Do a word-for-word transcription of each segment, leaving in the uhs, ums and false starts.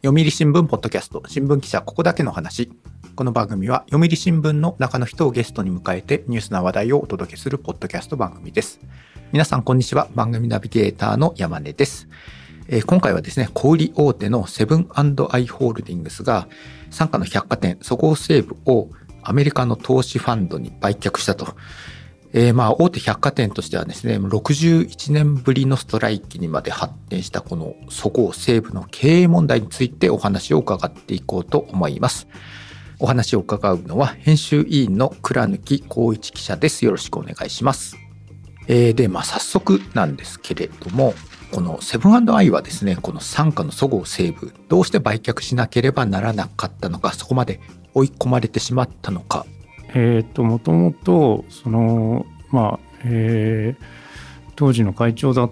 読売新聞ポッドキャスト、新聞記者ここだけの話。この番組は読売新聞の中の人をゲストに迎えてニュースな話題をお届けするポッドキャスト番組です。皆さんこんにちは。番組ナビゲーターの山根です。えー、今回はですね、小売大手のセブン&アイ・ホールディングスが傘下の百貨店そごう・西武をアメリカの投資ファンドに売却したと。えー、まあ大手百貨店としてはですね、ろくじゅういちねんぶりのストライキにまで発展したこのそごう・西武の経営問題についてお話を伺っていこうと思います。お話を伺うのは編集委員の倉貫光一記者です。よろしくお願いします。えー、で、まあ早速なんですけれども、このセブン&アイはですね、この傘下のそごう・西武、どうして売却しなければならなかったのか、そこまで追い込まれてしまったのか。 えー、ともともとその、まあえー、当時の会長だった、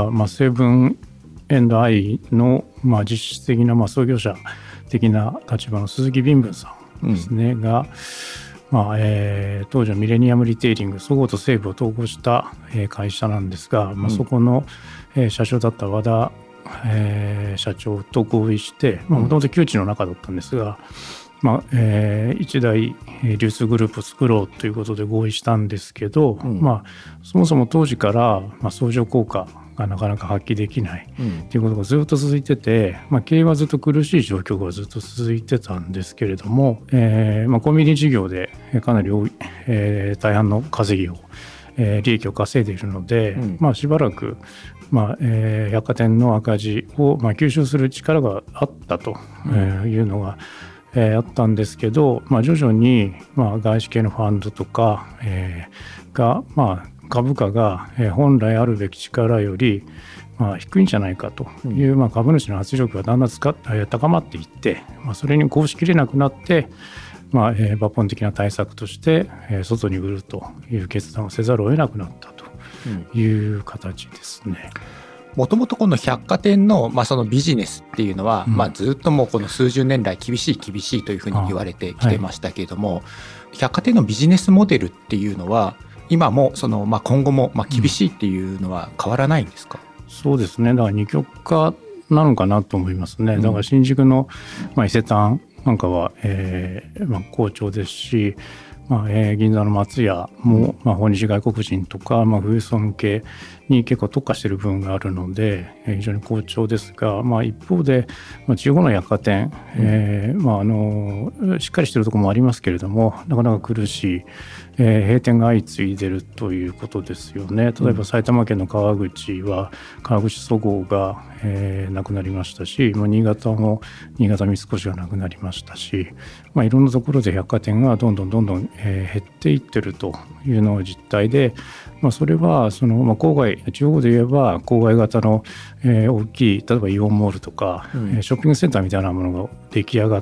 まあ、セブン&アイの、まあ、実質的な、まあ、創業者的な立場の鈴木彬文さんですね、うん、が、まあえー、当時のミレニアムリテイリングそごうと西武を統合した、えー、会社なんですが、まあ、そこの、うんえー、社長だった和田、えー、社長と合意してもともと旧知の中だったんですが、まあえー、一大流通グループを作ろうということで合意したんですけど、うんまあ、そもそも当時から、まあ、相乗効果がなかなか発揮できないということがずっと続いてて、まあ、経営はずっと苦しい状況がずっと続いてたんですけれども、えーまあ、コンビニ事業でかなり多い、えー、大半の稼ぎを、えー、利益を稼いでいるので、うんまあ、しばらくまあえー、百貨店の赤字を、まあ、吸収する力があったというのが、うんえー、あったんですけど、まあ、徐々に、まあ、外資系のファンドとか、えー、が、まあ、株価が、えー、本来あるべき力より、まあ、低いんじゃないかという、うんまあ、株主の圧力がだんだん使っ高まっていって、まあ、それにこうしきれなくなって、まあえー、抜本的な対策として、えー、外に売るという決断をせざるを得なくなったという形ですね。 もともとこの百貨店の、まあ、そのビジネスっていうのは、うんまあ、ずっともうこの数十年来厳しい厳しいというふうに言われてきてましたけれども、はい、百貨店のビジネスモデルっていうのは今もその、まあ、今後もまあ厳しいっていうのは変わらないんですか？ うん、そうですね。だから二極化なのかなと思いますね。だから新宿の、まあ、伊勢丹なんかは、えーまあ、好調ですし、まあえー、銀座の松屋も、まあ、訪日外国人とか、まあ、富裕層向けに結構特化している部分があるので、えー、非常に好調ですが、まあ、一方で、まあ、地方の百貨店、えーまあ、あのしっかりしているところもありますけれどもなかなか苦しい、えー、閉店が相次いでいるということですよね。例えば埼玉県の川口は川口そごうが、えー、なくなりましたし、まあ、新潟も新潟三越がなくなりましたし、まあ、いろんなところで百貨店がどんどんどんどんえー、減っていってるというのが実態で、まあ、それはその、まあ、郊外地方で言えば郊外型の、えー、大きい例えばイオンモールとか、うん、ショッピングセンターみたいなものが出来上がって、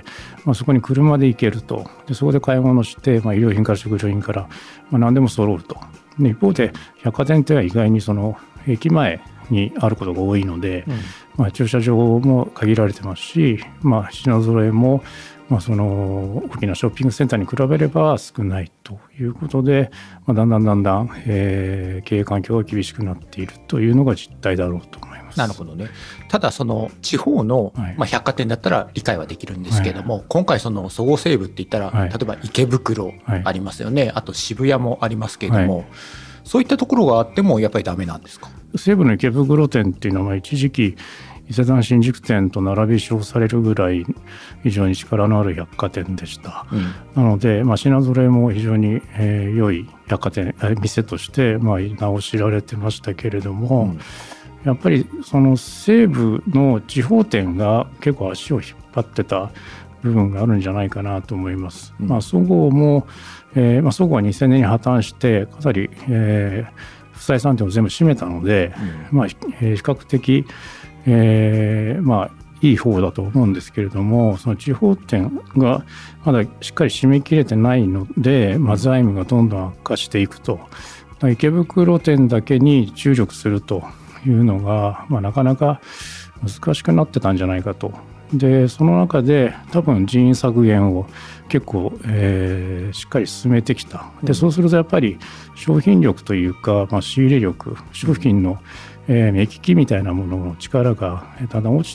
まあ、そこに車で行けると。でそこで買い物して、まあ、衣料品から食料品から、まあ、何でも揃うと。で一方で百貨店っては意外にその駅前にあることが多いので、うんまあ、駐車場も限られてますし、まあ、品揃えもまあ、その大きなショッピングセンターに比べれば少ないということで、まあ、だんだんだんだん、えー、経営環境が厳しくなっているというのが実態だろうと思います。 なるほどね。ただその地方の、はいまあ、百貨店だったら理解はできるんですけども、はい、今回そのそごう・西武って言ったら、はい、例えば池袋ありますよね、はい、あと渋谷もありますけれども、はい、そういったところがあってもやっぱりダメなんですか？ 西武の池袋店っていうのは一時期伊勢丹新宿店と並び称されるぐらい非常に力のある百貨店でした、うん、なので、まあ、品揃えも非常に、えー、良い百貨店店として、まあ、名を知られてましたけれども、うん、やっぱりその西武の地方店が結構足を引っ張ってた部分があるんじゃないかなと思います、うんまあ、そごうも、えーまあ、そごうはにせんねんに破綻してかなり、えー、負債さん店を全部閉めたので、うんまあえー、比較的えー、まあいい方だと思うんですけれども、その地方店がまだしっかり締め切れてないので、まあ、財務がどんどん悪化していくと。池袋店だけに注力するというのが、まあ、なかなか難しくなってたんじゃないかと。でその中で多分人員削減を結構、えー、しっかり進めてきた。でそうするとやっぱり商品力というか、まあ、仕入れ力、商品の、えー、目利きみたいなものの力がだんだん落ちていっ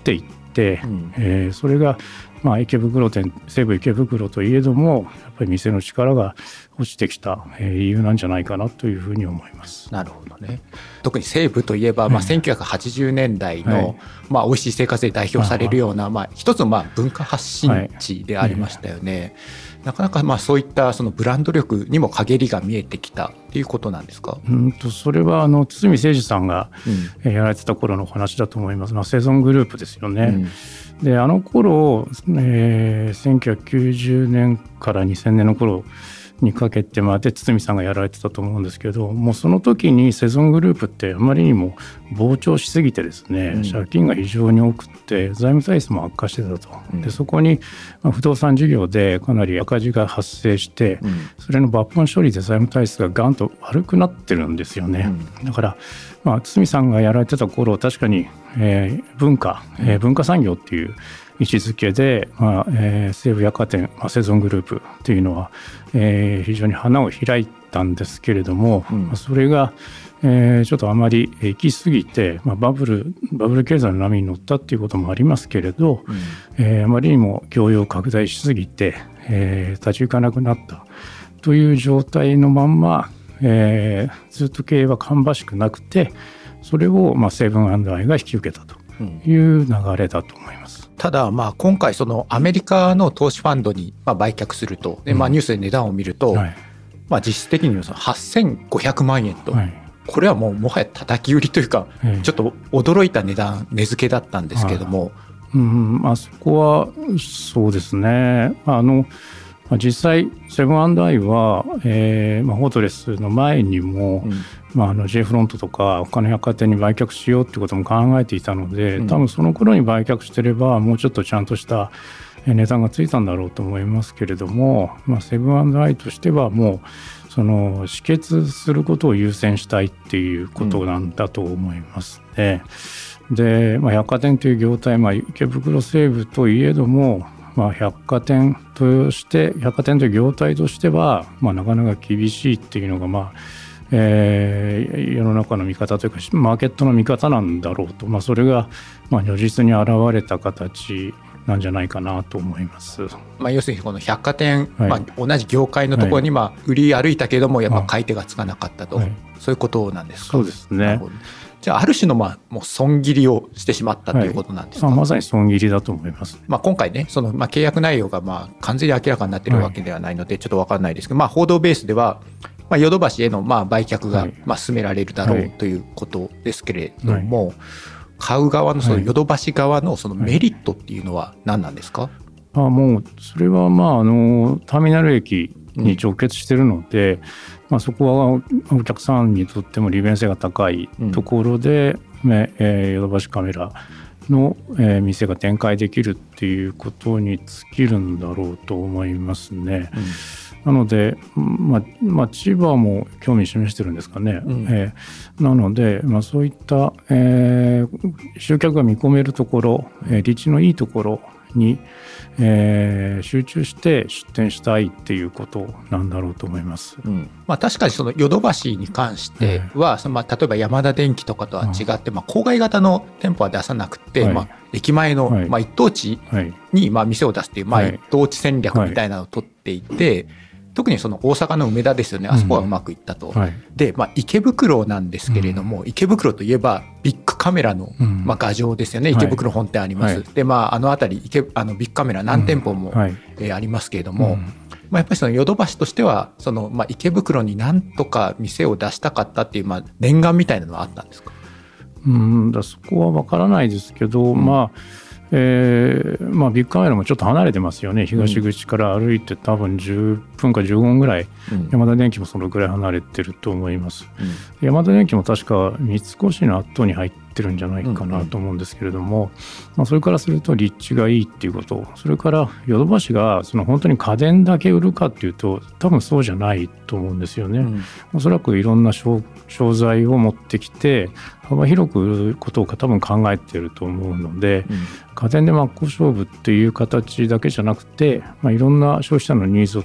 て、うんえー、それがまあ池袋店、西武池袋といえどもやっぱり店の力が落ちてきた理由なんじゃないかなというふうに思います。 なるほどね。特に西武といえば、まあ、せんきゅうひゃくはちじゅうねんだいの、はいまあ、美味しい生活で代表されるような、まあ、一つのまあ文化発信地でありましたよね。はいなかなかまあそういったそのブランド力にも陰りが見えてきたっていうことなんですか？ うんとそれはあの堤清二さんがやられてた頃の話だと思います、まあ、セゾングループですよね、うん、であの頃、えー、せんきゅうひゃくきゅうじゅうねんからにせんねんの頃にかけてまで堤さんがやられてたと思うんですけど、もうその時にセゾングループってあまりにも膨張しすぎてですね、うん、借金が非常に多くて財務体質も悪化してたと、うん、でそこに不動産事業でかなり赤字が発生して、うん、それの抜本処理で財務体質がガンと悪くなってるんですよね、うん、だから、まあ、堤さんがやられてた頃確かに、えー、文化、えー、文化産業っていう位置づけで、まあえー、西武百貨店、まあ、セゾングループというのは、えー、非常に花を開いたんですけれども、うんまあ、それが、えー、ちょっとあまり行き過ぎて、まあ、バブルバブル経済の波に乗ったっていうこともありますけれど、うんえー、あまりにも業用拡大しすぎて、えー、立ち行かなくなったという状態のまんま、えー、ずっと経営は芳しくなくて、それを、まあ、セブン&アイが引き受けたという流れだと思います。 ただまあ今回そのアメリカの投資ファンドにまあ売却するとでまあニュースで値段を見ると、うんはいまあ、実質的にはそのはっせんごひゃくまんえんと、はい、これはもうもはや叩き売りというか、はい、ちょっと驚いた値段値付けだったんですけれども、はいうんまあ、そこはそうですね。あの実際セブン&アイは、えーまあ、フォートレスの前にも、うんまあ、あの J フロントとか他の百貨店に売却しようってことも考えていたので、うん、多分その頃に売却してればもうちょっとちゃんとした値段がついたんだろうと思いますけれども、まあ、セブン&アイとしてはもうその止血することを優先したいっていうことなんだと思いますね、うん、で、まあ、百貨店という業態、まあ、池袋西武といえどもまあ、百貨店として百貨店という業態としては、まあ、なかなか厳しいっていうのが、まあえー、世の中の見方というかマーケットの見方なんだろうと、まあ、それが、まあ、如実に現れた形なんじゃないかなと思います。 まあ、要するにこの百貨店、はいまあ、同じ業界のところにまあ売り歩いたけれどもやっぱ買い手がつかなかったと、はい、そういうことなんですか？ そうですね。 じゃあある種のまあもう損切りをしてしまったということなんですか？ はい、まあ、まさに損切りだと思います。 まあ、今回ねそのまあ契約内容がまあ完全に明らかになっているわけではないのでちょっと分からないですけど、はいまあ、報道ベースではまあヨドバシへのまあ売却がまあ進められるだろうということですけれども、はいはい、買う側のそのヨドバシ側のそのメリットっていうのは何なんですか？はいはい、あもうそれはまああのターミナル駅に直結しているので、うんまあ、そこはお客さんにとっても利便性が高いところで、うんねえー、ヨドバシカメラの、えー、店が展開できるっていうことに尽きるんだろうと思いますね、うん、なので、まあまあ、千葉も興味示してるんですかね、うんえー、なので、まあ、そういった、えー、集客が見込めるところ、えー、立地のいいところに、えー、集中して出店したいっていうことなんだろうと思います、 うんまあ、確かにそのヨドバシに関しては、えーまあ、例えばヤマダ電機とかとは違って、まあ、郊外型の店舗は出さなくて、はいまあ、駅前の、はいまあ、一等地にまあ店を出すっていう、まあ、一等地戦略みたいなのを取っていて、はい特にその大阪の梅田ですよね、あそこはうまくいったと、うんはい、で、まあ、池袋なんですけれども、うん、池袋といえばビッグカメラの、まあ、牙城ですよね、うん、池袋本店あります、はい、で、まあ、あの辺り池あのビッグカメラ何店舗も、うんはいえー、ありますけれども、うんまあ、やっぱりそのヨドバシとしてはその、まあ、池袋になんとか店を出したかったっていう、まあ、念願みたいなのはあったんですか？ うんだそこは分からないですけど、うん、まあえーまあ、ビッグカメラもちょっと離れてますよね。東口から歩いて多分じゅっぷんかじゅうごふんぐらい、うん、ヤマダ電機もそのぐらい離れてると思います、うん、ヤマダ電機も確か三越の後に入ってるんじゃないかなと思うんですけれども、うんうんまあ、それからすると立地がいいっていうこと、それからヨドバシがその本当に家電だけ売るかっていうと多分そうじゃないと思うんですよね、うん、おそらくいろんな商材を持ってきて幅広く売ることを多分考えていると思うので、うん、家電で真っ向勝負っていう形だけじゃなくて、まあ、いろんな消費者のニーズを取り込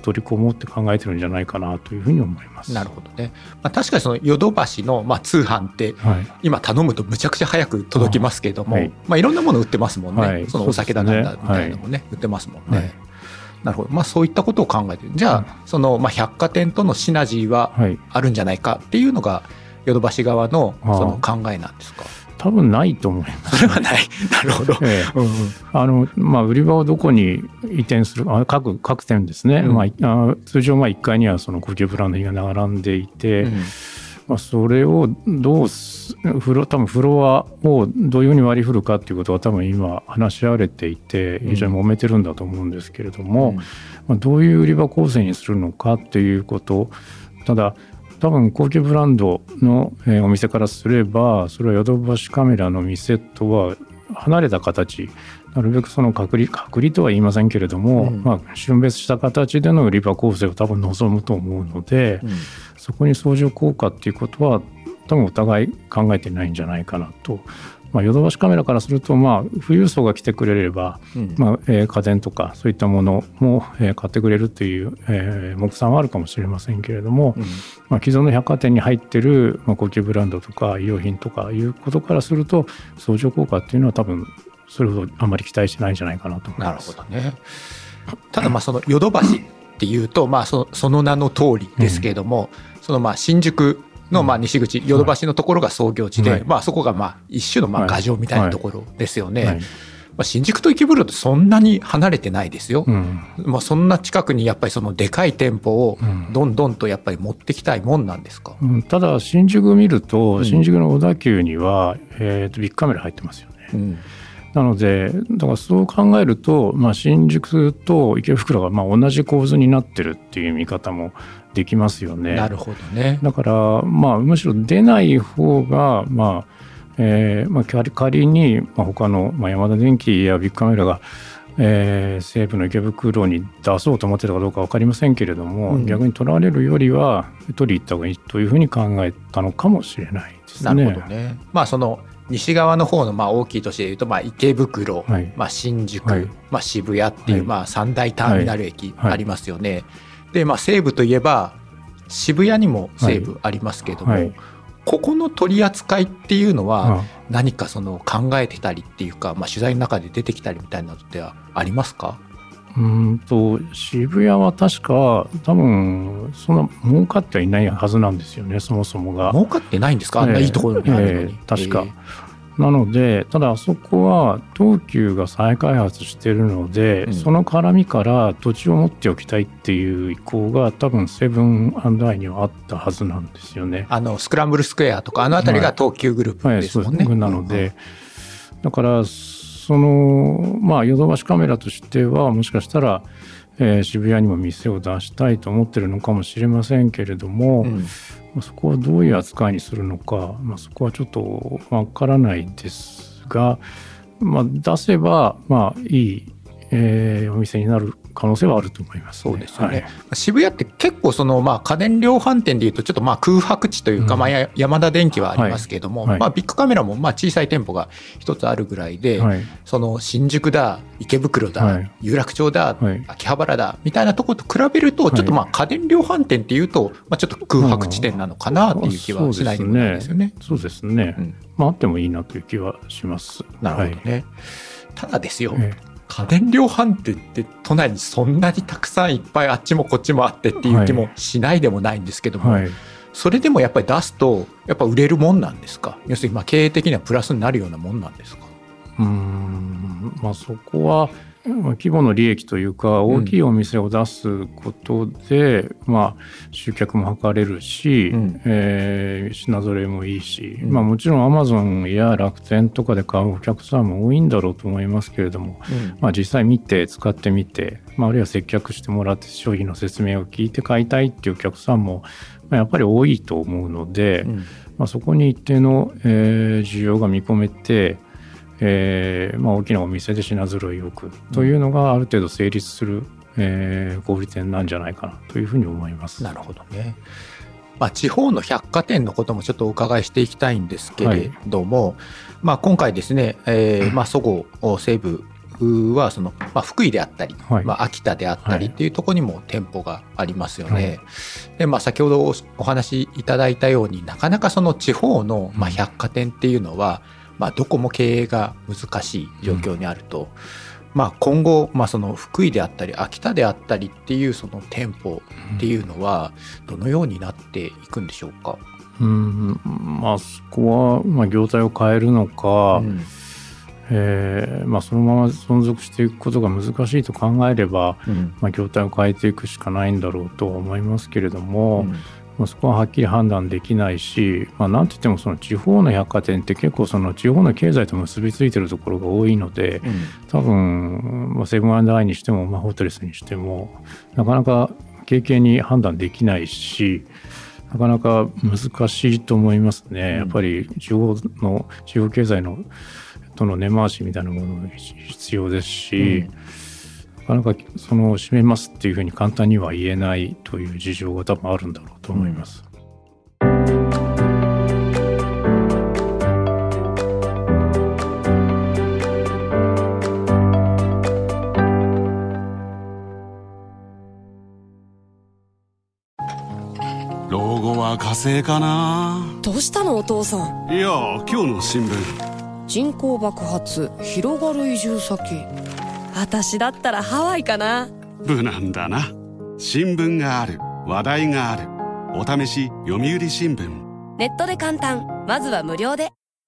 思って考えてるんじゃないかなというふうに思います。 なるほどね。まあ、確かにそのヨドバシのまあ通販って、はい、今頼むとむちゃくちゃ早く届きますけれども、はいまあ、いろんなもの売ってますもんね、はい、そのお酒だなんだみたいなのもね、はい、売ってますもんね、はい、なるほど、まあ、そういったことを考えてる。じゃあ、うん、そのまあ百貨店とのシナジーはあるんじゃないかっていうのがヨドバシ側のその考えなんですか？ 多分ないと思います、 ね、それはない。なるほど、ええうんうんあのまあ、売り場をどこに移転するあ 各, 各店ですね、うんまあ、通常まあいっかいにはその高級ブランド品が並んでいて、うんまあ、それをどうフロ多分フロアをどういうふうに割り振るかということは多分今話し合われていて非常に揉めてるんだと思うんですけれども、うんまあ、どういう売り場構成にするのかということ、ただ多分高級ブランドのお店からすればそれはヨドバシカメラの店とは離れた形、なるべくその隔離隔離とは言いませんけれども、うんまあ、春別した形での売り場構成を多分望むと思うので、うん、そこに相乗効果っていうことは多分お互い考えてないんじゃないかなと。まあ、ヨドバシカメラからすると、まあ、富裕層が来てくれれば、うんまあえー、家電とかそういったものも、えー、買ってくれるという、えー、目算はあるかもしれませんけれども、うんまあ、既存の百貨店に入っている、まあ、高級ブランドとか衣料品とかいうことからすると相乗効果っていうのは多分それほどあまり期待してないんじゃないかなと思います。 なるほどね。ただまあそのヨドバシっていうと、まあ、そ, その名の通りですけれども、うん、そのまあ新宿のまあ西口、ヨドバシのところが創業地で、はいまあ、そこがまあ一種のまあ牙城みたいなところですよね、はいはいまあ、新宿と池袋ってそんなに離れてないですよ、うんまあ、そんな近くにやっぱりそのでかい店舗をどんどんとやっぱり持ってきたいもんなんですか？ うん、ただ新宿見ると新宿の小田急には、えー、とビッグカメラ入ってますよね、うんなのでだからそう考えると、まあ、新宿と池袋がまあ同じ構図になってるっていう見方もできますよね。 なるほどね。 だから、まあ、むしろ出ない方が、まあえーまあ、仮に、まあ、他の、まあ、ヤマダ電機やビッグカメラが、えー、西武の池袋に出そうと思ってたかどうか分かりませんけれども、うん、逆に取られるよりは取り行った方がいいというふうに考えたのかもしれないですね。 なるほどね。まあその西側の方のまあ大きい都市でいうとまあ池袋、はいまあ、新宿、はいまあ、渋谷っていうまあ三大ターミナル駅ありますよね、はいはい、でまあ西武といえば渋谷にも西武ありますけれども、はいはい、ここの取り扱いっていうのは何かその考えてたりっていうか、まあ、取材の中で出てきたりみたいなのってはありますか？ うんと渋谷は確か多分そんな儲かってはいないはずなんですよね、そもそもが。 儲かってないんですか、あんないいところにあるのに、えーえー、 確か、えー、なのでただあそこは東急が再開発しているので、うん、その絡みから土地を持っておきたいっていう意向が多分セブン&アイにはあったはずなんですよね。 あのスクランブルスクエアとかあの辺りが東急グループですもんね、 はいはい、なので、うん、だからそのまあヨドバシカメラとしてはもしかしたら、えー、渋谷にも店を出したいと思ってるのかもしれませんけれども、うんまあ、そこはどういう扱いにするのか、まあ、そこはちょっとわからないですが、まあ、出せばまあいい、えー、お店になる可能性はあると思います、ね、 そうですよね、はい、渋谷って結構そのまあ家電量販店でいうとちょっとまあ空白地というか、うんまあ、ヤマダ電機はありますけれども、はいはいまあ、ビッグカメラもまあ小さい店舗が一つあるぐらいで、はい、その新宿だ池袋だ、はい、有楽町だ、はい、秋葉原だみたいなところと比べるとちょっとまあ家電量販店っていうとまあちょっと空白地点なのかなっていう気はしないでもないですよね。 そうですね、うん、まああってもいいなという気はします。 なるほどね、はい、ただですよ、ええ家電量販店って都内にそんなにたくさんいっぱいあっちもこっちもあってっていう気もしないでもないんですけども、はいはい、それでもやっぱり出すとやっぱ売れるもんなんですか？要するにまあ経営的にはプラスになるようなもんなんですか？ うーん、まあ、そこは規模の利益というか大きいお店を出すことで、うんまあ、集客も図れるし、うんえー、品揃えもいいし、うんまあ、もちろんアマゾンや楽天とかで買うお客さんも多いんだろうと思いますけれども、うんまあ、実際見て使ってみて、まあ、あるいは接客してもらって商品の説明を聞いて買いたいっていうお客さんも、まあ、やっぱり多いと思うので、うんまあ、そこに一定の、えー、需要が見込めてえーまあ、大きなお店で品揃えを置くというのがある程度成立する、えー、小売店なんじゃないかなというふうに思います。 なるほどね。まあ、地方の百貨店のこともちょっとお伺いしていきたいんですけれども、はいまあ、今回ですね、えーまあ、そごう・西武はその、まあ、福井であったり、 はい、 まあ、秋田であったりっていうところにも店舗がありますよね。はい、で、まあ、先ほどお話しいただいたようになかなかその地方の、まあ、百貨店っていうのは、うん、まあ、どこも経営が難しい状況にあると、うん、まあ、今後、まあ、その福井であったり秋田であったりっていうその店舗っていうのはどのようになっていくんでしょうか。 うん、まあ、そこは、まあ、業態を変えるのか、うん、えーまあ、そのまま存続していくことが難しいと考えれば、うんまあ、業態を変えていくしかないんだろうとは思いますけれども、うんまあ、そこははっきり判断できないし、まあ、なんといってもその地方の百貨店って結構その地方の経済と結びついているところが多いので、うん、多分、まあ、セブン&アイにしても、まあ、ホテルスにしてもなかなか軽々に判断できないし、なかなか難しいと思いますね。うん、やっぱり地方の地方経済のとの根回しみたいなものが必要ですし、うん、なかなかその閉めますっていうふうに簡単には言えないという事情が多分あるんだろうと思います。うん、 老後は火星かな。 どうしたのお父さん。 いや今日の新聞、 人口爆発広がる移住先。私だったらハワイかな。 無難だな。新聞がある、話題がある。お試し読売新聞。 ネットで簡単、まずは無料で。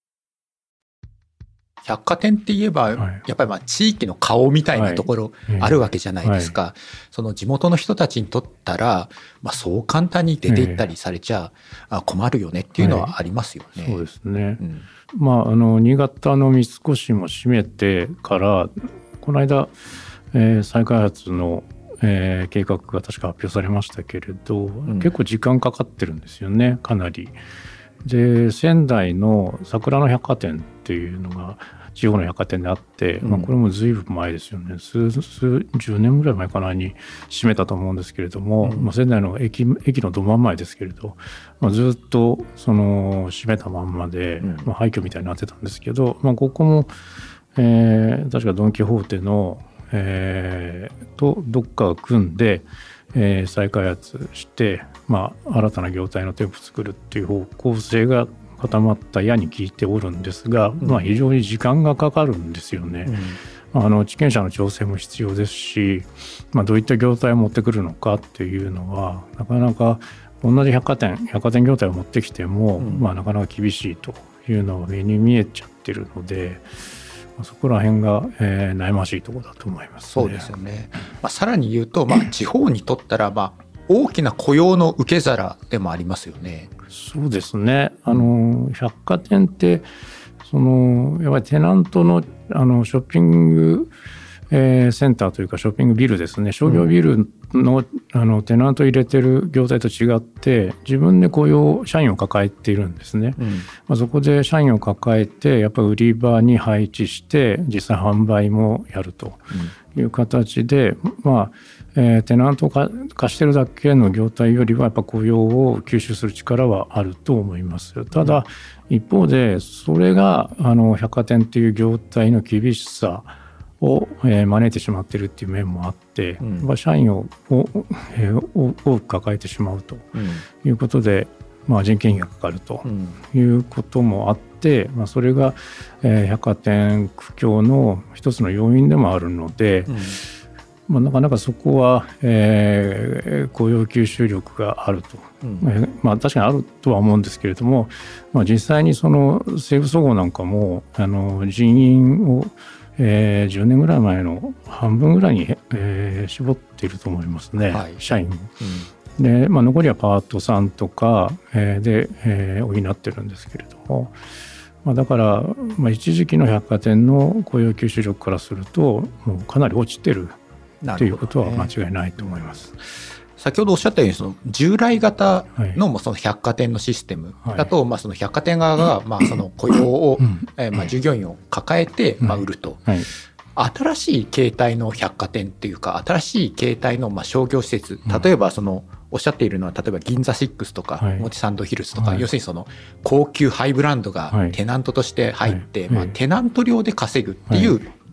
百貨店って言えば、はい、やっぱりまあ地域の顔みたいなところあるわけじゃないですか。はいはい、その地元の人たちにとったら、まあ、そう簡単に出ていったりされちゃ困るよねっていうのはありますよね。 はい、そうですね。うん、まあ、あの新潟の三越も閉めてからこの間、えー、再開発の、えー、計画が確か発表されましたけれど、うん、結構時間かかってるんですよね、かなり。で、仙台の桜の百貨店っていうのが地方の百貨店であって、うんまあ、これも随分前ですよね、数数十年ぐらい前かなに閉めたと思うんですけれども、うんまあ、仙台の 駅, 駅のど真ん前ですけれど、まあ、ずっとその閉めたまんまで、うんまあ、廃墟みたいになってたんですけど、まあ、ここも、えー、確かドン・キホーテの、えー、とどっかが組んで、えー、再開発して、まあ、新たな業態の店舗を作るっていう方向性が固まった矢に聞いておるんですが、うんまあ、非常に時間がかかるんですよね。うん、あの地権者の調整も必要ですし、まあ、どういった業態を持ってくるのかっていうのはなかなか同じ百貨店百貨店業態を持ってきても、うんまあ、なかなか厳しいというのが目に見えちゃってるので、そこら辺が、えー、悩ましいところだと思います、ね。 そうですよね。まあ、さらに言うと、まあ、地方にとったら、まあ、大きな雇用の受け皿でもありますよね。 そうですね。あの百貨店ってそのやっぱりテナントのあのショッピング、えー、センターというかショッピングビルですね、商業ビルの、うん、あのテナント入れてる業態と違って自分で雇用社員を抱えているんですね。うんまあ、そこで社員を抱えてやっぱり売り場に配置して実際販売もやるという形で、うん、まあえー、テナント化してるだけの業態よりはやっぱ雇用を吸収する力はあると思います。ただ一方でそれがあの百貨店っていう業態の厳しさを、えー、招いてしまっているっていう面もあって、うん、社員を、えー、多く抱えてしまうということで、うんまあ、人件費がかかるということもあって、うんまあ、それが、えー、百貨店苦境の一つの要因でもあるので、うんまあ、なかなかそこは、えー、雇用吸収力があると、うんまあ、確かにあるとは思うんですけれども、まあ、実際にその西武そごうなんかもあの人員を、えー、じゅうねんぐらい前の半分ぐらいに、えー、絞っていると思いますね、はい、社員、うんでまあ、残りはパートさんとか、えー、で、えー、補ってるんですけれども、まあ、だから、まあ、一時期の百貨店の雇用吸収力からするともうかなり落ちてるということは間違いないと思います。 先ほどおっしゃったようにその従来型のその百貨店のシステムだと、まあその百貨店側がまあその雇用をえまあ従業員を抱えてまあ売ると、新しい形態の百貨店っていうか新しい形態のまあ商業施設、例えばそのおっしゃっているのは例えば銀座シックスとか表参道ヒルズとか、要するにその高級ハイブランドがテナントとして入ってまあテナント料で稼ぐっていう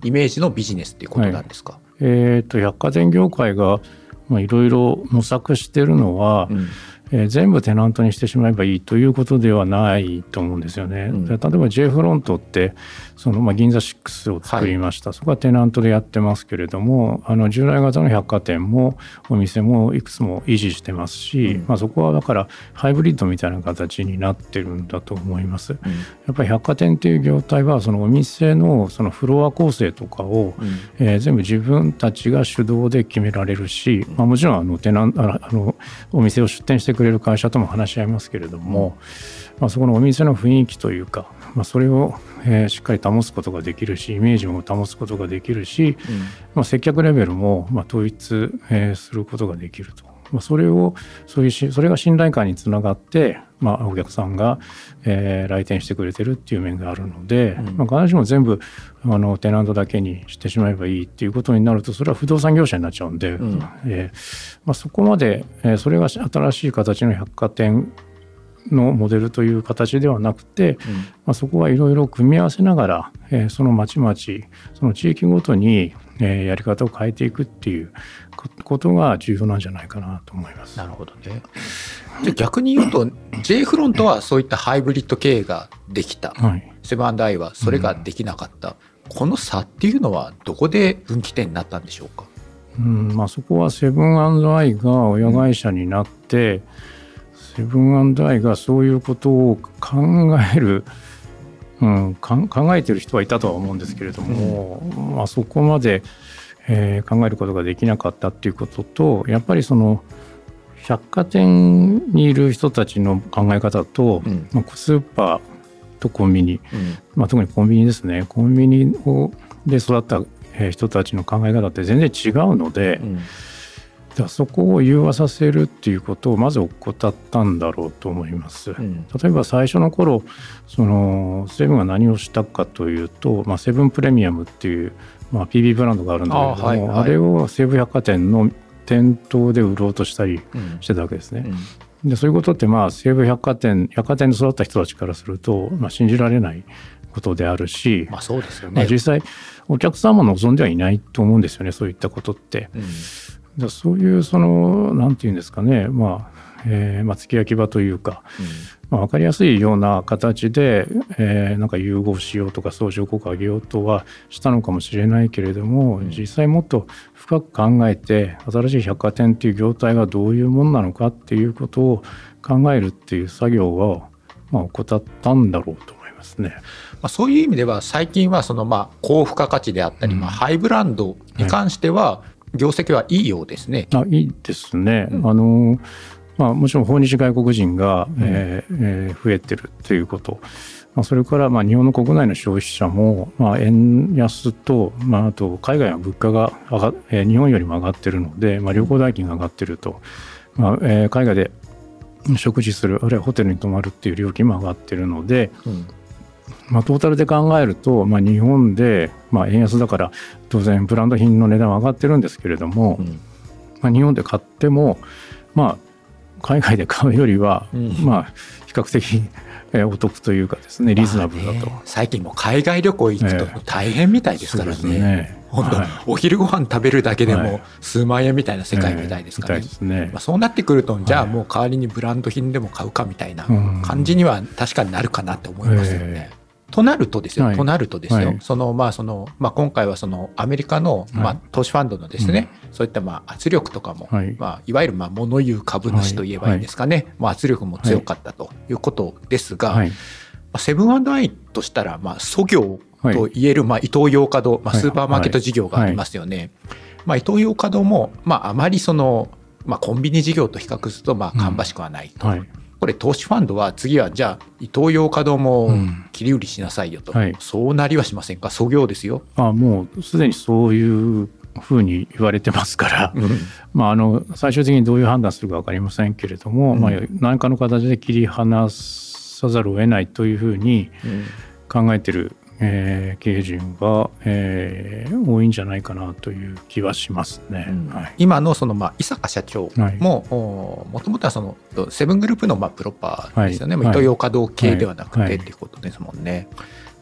イメージのビジネスっていうことなんですか？ はい、えー、と百貨店業界がいろいろ模索しているのは、うん、えー、全部テナントにしてしまえばいいということではないと思うんですよね。うん、例えば J フロントってその、まあ、銀座ろくを作りました、はい、そこはテナントでやってますけれども、あの従来型の百貨店もお店もいくつも維持してますし、うん、まあ、そこはだからハイブリッドみたいな形になってるんだと思います。うん、やっぱり百貨店っていう業態はそのお店のそのフロア構成とかを、うん、えー、全部自分たちが主導で決められるし、まあ、もちろんあのテナンあのお店を出店してくれる会社とも話し合いますけれども、うん、まあ、そこのお店の雰囲気というか、まあ、それを、えー、しっかり保つことができるし、イメージも保つことができるし、うん、まあ、接客レベルもまあ統一、えー、することができると、まあ、それをそういうしそれが信頼感につながって、まあ、お客さんが、えー、来店してくれてるっていう面があるので、うん、まあ、必ずしも全部あのテナントだけにしてしまえばいいっていうことになると、それは不動産業者になっちゃうんで、うん、えーまあ、そこまで、えー、それが新しい形の百貨店のモデルという形ではなくて、うん、まあ、そこはいろいろ組み合わせながら、えー、その町々その地域ごとに、えー、やり方を変えていくっていうことが重要なんじゃないかなと思います。 なるほどね。じゃあ逆に言うと J フロントはそういったハイブリッド経営ができた、はい、セブン&アイはそれができなかった、うん、この差っていうのはどこで分岐点になったんでしょうか？ うん、まあ、そこはセブン&アイが親会社になって、うん、セブン&アイがそういうことを考える、うん、考えてる人はいたとは思うんですけれども、うん、まあ、そこまで、えー、考えることができなかったっていうことと、やっぱりその百貨店にいる人たちの考え方と、うん、まあ、スーパーとコンビニ、うん、まあ、特にコンビニですね、コンビニをで育った人たちの考え方って全然違うので、うん、だそこを融和させるっていうことをまず怠ったんだろうと思います。うん、例えば最初の頃そのセブンが何をしたかというと、まあ、セブンプレミアムっていう、まあ、ピービー ブランドがあるんだけれども、あ、はいはい、あれを西武百貨店の店頭で売ろうとしたりしてたわけですね。うんうん、でそういうことって、まあ、西武百貨店百貨店に育った人たちからすると、まあ、信じられないことであるし、 まあそうですよね、 まあ、実際お客さんも望んではいないと思うんですよね、そういったことって。うん、だそういうそのなんていうんですかね、まあえーまあ、付け焼き場というか、うん、まあ、分かりやすいような形で、えー、なんか融合しようとか相乗効果を上げようとはしたのかもしれないけれども、うん、実際もっと深く考えて新しい百貨店っていう業態がどういうものなのかっていうことを考えるっていう作業は、まあ、怠ったんだろうと思いますね。 まあ、そういう意味では最近はそのまあ高付加価値であったり、うん、まあ、ハイブランドに関しては業績はいいようですね。 あ、いいですね。うん、あのまあ、もちろん訪日外国人が、うん、えーえー、増えてるということ、まあ、それからまあ日本の国内の消費者も、まあ、円安と、まあ、あと海外は物価が上が、えー、日本よりも上がってるので、まあ、旅行代金が上がってると、まあえー、海外で食事するあるいはホテルに泊まるっていう料金も上がってるので、うん、まあ、トータルで考えると、まあ、日本で、まあ、円安だから当然ブランド品の値段は上がってるんですけれども、うん、まあ、日本で買っても、まあ、海外で買うよりは、うん、まあ、比較的お得というかですね、リーズナブルだと。 まあね、最近も海外旅行行くと大変みたいですからね。えー、そうですね。本当、はい、お昼ご飯食べるだけでも数万円みたいな世界みたいですからね。えーね、まあ、そうなってくると、じゃあもう代わりにブランド品でも買うかみたいな感じには確かになるかなって思いますよね。えーとなるとですよ、はい、となるとですよ、はい、そのまあそのまあ今回はそのアメリカのまあ投資ファンドのですね、はい、そういったまあ圧力とかも、はい、まあいわゆるまあ物言う株主といえばいいんですかね、はいはい、まあ圧力も強かったということですが、はい、セブン&アイとしたらまあ祖業といえるまあイトーヨーカドー、まあスーパーマーケット事業がありますよね。まあイトーヨーカドーもまああまりそのまあコンビニ事業と比較するとまあ芳しくはないと。うん、はい、これ投資ファンドは次はじゃあイトーヨーカドーも切り売りしなさいよと、うん、はい、そうなりはしませんか？創業ですよ。 あ、もうすでにそういうふうに言われてますから、うん、まあ、あの最終的にどういう判断するか分かりませんけれども、うん、まあ、何かの形で切り離さざるを得ないというふうに考えてる、えー、経営陣は、えー、多いんじゃないかなという気はしますね。うん、はい、 今のそのまあ伊坂社長ももともとはそのセブングループのまあプロパーですよね。はい、イトーヨーカドー系ではなくてっていうことですもんね。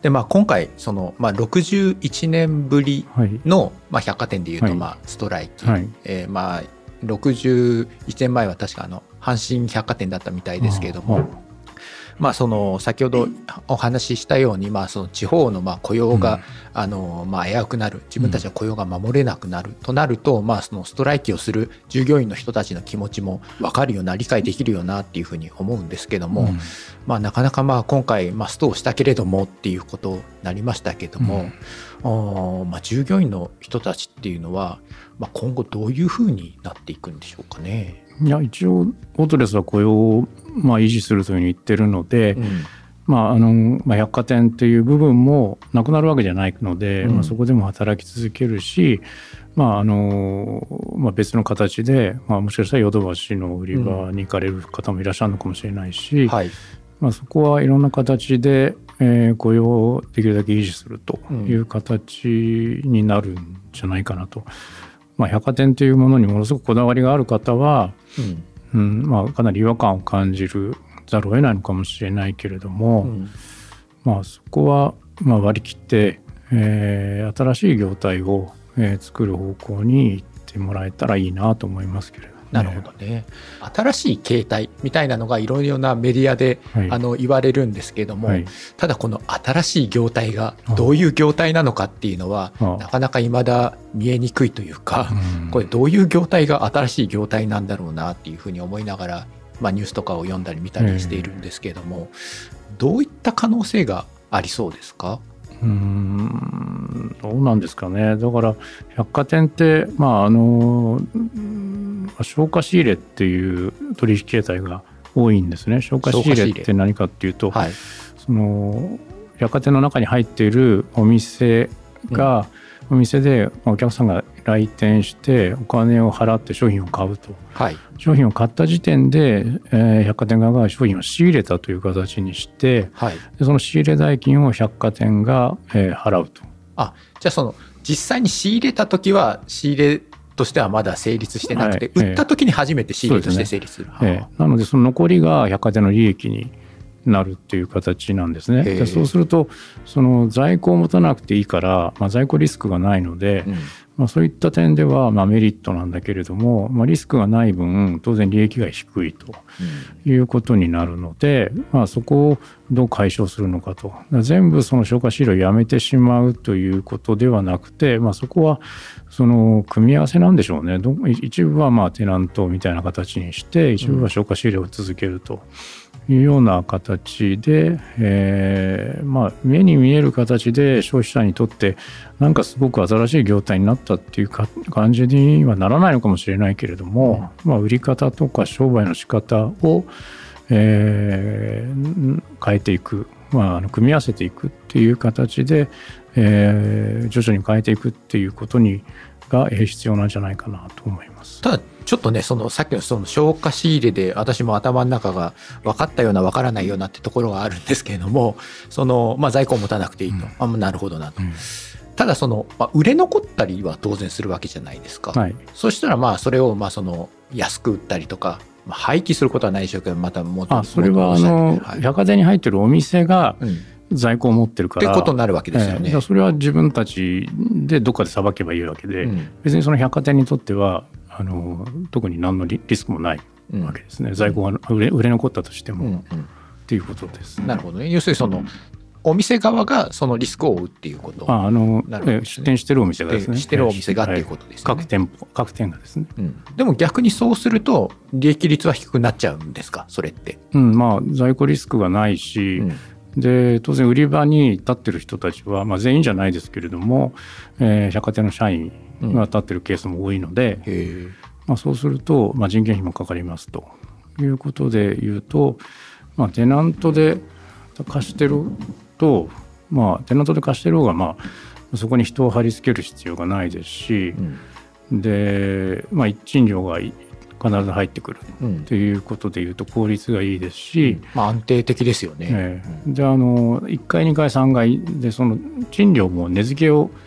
で、まあ、今回その、まあ、ろくじゅういちねんぶりの、はいまあ、百貨店でいうと、はいまあ、ストライキ、はいえーまあ、ろくじゅういちねんまえは確かあの阪神百貨店だったみたいですけれども、まあ、その先ほどお話ししたように、まあ、その地方のまあ雇用が、うん、あのまあ危うくなる、自分たちの雇用が守れなくなるとなると、まあ、そのストライキをする従業員の人たちの気持ちも分かるような、理解できるよなっていうふうに思うんですけども、うんまあ、なかなかまあ今回、まあ、ストをしたけれどもっていうことになりましたけども、うんまあ、従業員の人たちっていうのは、まあ、今後どういうふうになっていくんでしょうかね。 いや一応オートレスは雇用をまあ維持するというふうに言ってるので、うんまああのまあ、百貨店という部分もなくなるわけじゃないので、うんまあ、そこでも働き続けるし、まああのまあ、別の形で、まあ、もしかしたらヨドバシの売り場に行かれる方もいらっしゃるのかもしれないし、うんはいまあ、そこはいろんな形で、えー、雇用をできるだけ維持するという形になるんじゃないかなと。まあ、百貨店というものにものすごくこだわりがある方は、うんうんまあ、かなり違和感を感じるざるを得ないのかもしれないけれども、うんまあ、そこはまあ割り切って、えー、新しい業態を、えー、作る方向に行ってもらえたらいいなと思いますけれど。 なるほどね。新しい形態みたいなのがいろいろなメディアで、はい、あの言われるんですけれども、はい、ただこの新しい業態がどういう業態なのかっていうのはなかなか未だ見えにくいというか、うん、これどういう業態が新しい業態なんだろうなっていうふうに思いながら、まあ、ニュースとかを読んだり見たりしているんですけれども、えー、どういった可能性がありそうですか？ うーんどうなんですかね。だから百貨店って、まあ、あの消化仕入れっていう取引形態が多いんですね。消化仕入れって何かっていうと、はい、その百貨店の中に入っているお店が、うん、お店でお客さんが来店してお金を払って商品を買うと、はい、商品を買った時点で、えー、百貨店側が商品を仕入れたという形にして、はい、でその仕入れ代金を百貨店が、えー、払うと。 あ、じゃあその実際に仕入れた時は仕入れとしてはまだ成立してなくて、はい、売った時に初めて仕入れとして成立する、 えーえー、なのでその残りが百貨店の利益になるっていう形なんですね。でそうするとその在庫を持たなくていいから、まあ、在庫リスクがないので、うんまあ、そういった点ではまあメリットなんだけれども、まあ、リスクがない分当然利益が低いということになるので、うんまあ、そこをどう解消するのかと。全部その消化仕入れをやめてしまうということではなくて、まあ、そこはその組み合わせなんでしょうね。ど一部はまあテナントみたいな形にして一部は消化仕入れを続けると。うんいうような形で、えーまあ、目に見える形で消費者にとってなんかすごく新しい業態になったっていうか感じにはならないのかもしれないけれども、うんまあ、売り方とか商売の仕方を、えー、変えていく、まあ、あの組み合わせていくっていう形で、えー、徐々に変えていくっていうことにが必要なんじゃないかなと思います。 ただちょっとね、そのさっきのその消化仕入れで私も頭の中が分かったような分からないようなってところがあるんですけれども、その、まあ、在庫を持たなくていいと、うん、あなるほどなと、うん、ただその、まあ、売れ残ったりは当然するわけじゃないですか、はい、そしたらまあそれをまあその安く売ったりとか、まあ、廃棄することはないでしょうけど、またもっとあそれはあの、はい、百貨店に入ってるお店が、うん在庫を持ってるからってことになるわけですよね、 えー、それは自分たちでどっかでさばけばいいわけで、うん、別にその百貨店にとってはあの特に何の リ, リスクもないわけですね、うん、在庫が売 れ, 売れ残ったとしても、うんうん、っていうことです、ね、 なるほどね。要するにその、うん、お店側がそのリスクを負うっていうことああの、ね、出店してるお店がですねしてるお店がっていうことですね、 はい、各店舗各店がですね、 うん、でも逆にそうすると利益率は低くなっちゃうんですかそれって、 うんまあ、在庫リスクがないし、うんで当然売り場に立ってる人たちは、まあ、全員じゃないですけれども、えー、百貨店の社員が立ってるケースも多いので、うんまあ、そうすると、まあ、人件費もかかりますということでいうと、まあ、テナントで貸してると、まあ、テナントで貸してる方が、まあ、そこに人を貼り付ける必要がないですし、うん、で、まあ、一賃料が必ず入ってくるということでいうと効率がいいですし、 うんまあ、安定的ですよね、 えー、であのいっかいにかいさんがいでその賃料も値付けを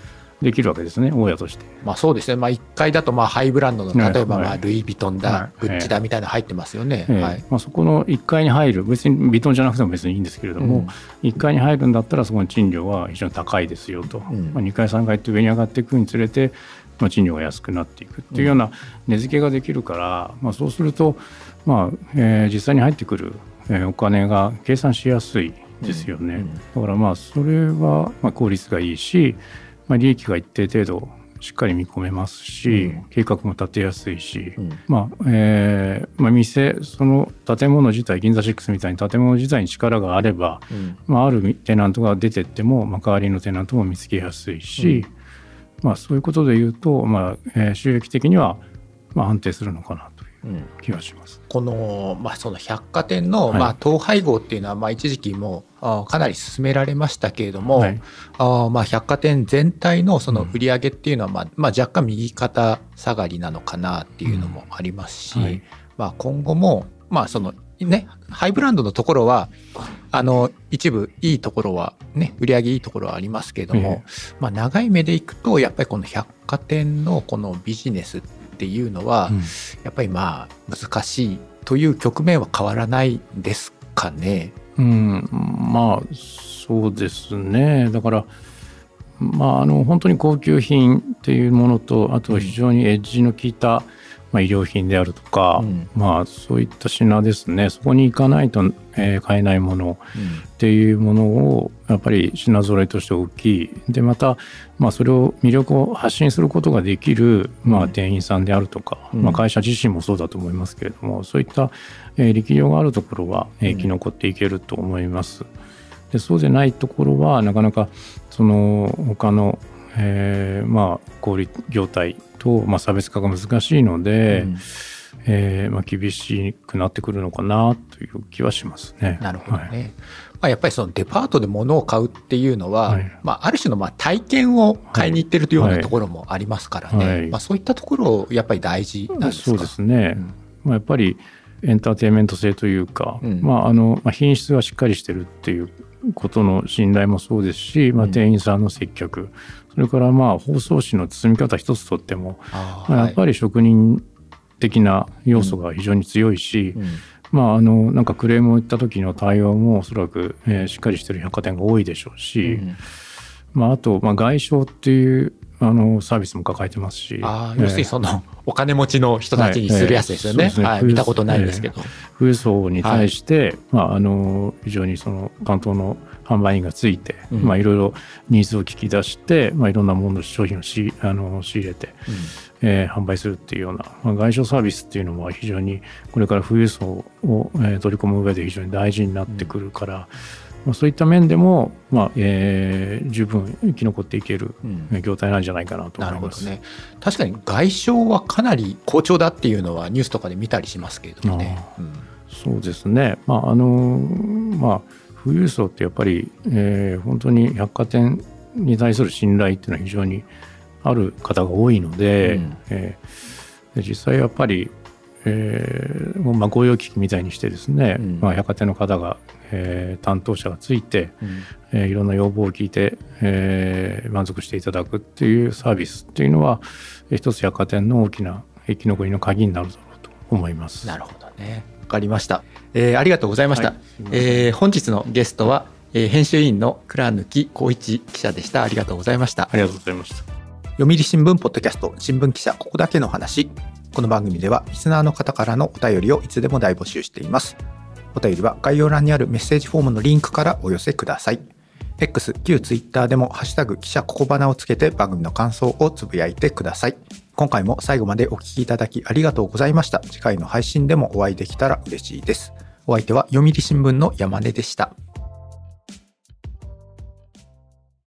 できるわけですね、大家として。 まあそうですね、まあ、いっかいだとまあハイブランドの例えばまあはいルイ・ヴィトンだ、 はいグッチだみたいなの入ってますよね、 ええはいまあ、そこのいっかいに入る、別にビトンじゃなくても別にいいんですけれども、 うんいっかいに入るんだったらそこの賃料は非常に高いですよと、 うんまあ、にかいさんかいって上に上がっていくにつれて、まあ、賃料が安くなっていくっていうような値付けができるから、まあ、そうすると、まあえー実際に入ってくる、えーお金が計算しやすいですよね、 うんうんだからまあそれはまあ効率がいいし、まあ、利益が一定程度しっかり見込めますし、 うん計画も立てやすいし、 うんまあえーまあ、店その建物自体、銀座シックスみたいに建物自体に力があれば、 うんまあ、あるテナントが出てっても、まあ、代わりのテナントも見つけやすいし、まあ、そういうことで言うと、まあえー収益的にはまあ安定するのかなといううん気がします。 この、まあ、その百貨店の、 はいまあ、統廃合っていうのは、まあ、一時期もあかなり進められましたけれども、 はいあまあ百貨店全体のそのうん売り上げっていうのは、まあまあ、若干右肩下がりなのかなっていうのもありますし、 はいまあ、今後も、まあそのね、ハイブランドのところはあの一部いいところは、ね、売り上げいいところはありますけれども、まあ、長い目でいくとやっぱりこの百貨店のこのビジネスっていうのは、 うんやっぱりまあ難しいという局面は変わらないですかね。 うん、まあそうですね。だからまああの本当に高級品っていうものと、あと非常にエッジの効いた、まあ、衣料品であるとか、 うんまあそういった品ですね。そこに行かないと、えー買えないものっていうものをやっぱり品揃えとして大きい。でまた、まあ、それを魅力を発信することができる、まあ、店員さんであるとか、 うんまあ、会社自身もそうだと思いますけれども、そういった、えー力量があるところは、えー生き残っていけると思います。でそうでないところはなかなかその他の、えーまあ、小売業態と、まあ、差別化が難しいので、 うんえーまあ、厳しくなってくるのかなという気はしますね。 なるほどね。 はいまあ、やっぱりそのデパートで物を買うっていうのは、 はいまあ、ある種のまあ体験を買いに行ってるというようはないところもありますからね、 はいまあ、そういったところやっぱり大事なんですか。 そうですね、 うんまあ、やっぱりエンターテインメント性というか、 うんまああのまあ、品質がしっかりしてるっていうことの信頼もそうですし、まあ、 うん店員さんの接客、それからまあ包装紙の包み方一つとっても、 あーまあ、やっぱり、 り職人的な要素が非常に強いし、 うんまあ、あのなんかクレームを言った時の対応もおそらく、えーしっかりしてる百貨店が多いでしょうし、 うんまあ、あと、まあ、外商っていうあのサービスも抱えてますし、 あー要するにそのお金持ちの人たちにするやつですよね。 はいえーそうですねはい、見たことないんですけど。 富裕層に対して、まあ、あの非常にその担当の販売員がついて、 うんまあ、いろいろニーズを聞き出して、まあ、いろんなもの商品をしあの仕入れて、えー販売するっていうような、まあ、外商サービスっていうのは非常にこれから富裕層を、えー取り込む上で非常に大事になってくるから、まあ、そういった面でも、まあえー十分生き残っていけるうんえー業態なんじゃないかなとな思います。 るほどね。確かに外商はかなり好調だっていうのはニュースとかで見たりしますけれどもね。うんそうですね、まああのまあ、富裕層ってやっぱり、えー本当に百貨店に対する信頼っていうのは非常にある方が多いので、 うんえーで実際やっぱり、えーまあ、御用聞きみたいにしてですね、 うんまあ、百貨店の方が、えー担当者がついて、 うんえーいろんな要望を聞いて、えー満足していただくっていうサービスっていうのは一つ百貨店の大きな生き残りの鍵になるだろうと思います。 なるほどね。わかりました。えーありがとうございました。 はいえー本日のゲストは、えー編集委員の倉貫光一記者でした。ありがとうございました。 ありがとうございました。 読売新聞ポッドキャスト新聞記者ここだけの話。この番組ではリスナーの方からのお便りをいつでも大募集しています。お便りは概要欄にあるメッセージフォームのリンクからお寄せください。X、旧 Twitter でもハッシュタグ記者ここばなをつけて番組の感想をつぶやいてください。今回も最後までお聞きいただきありがとうございました。次回の配信でもお会いできたら嬉しいです。お相手は読売新聞の山根でした。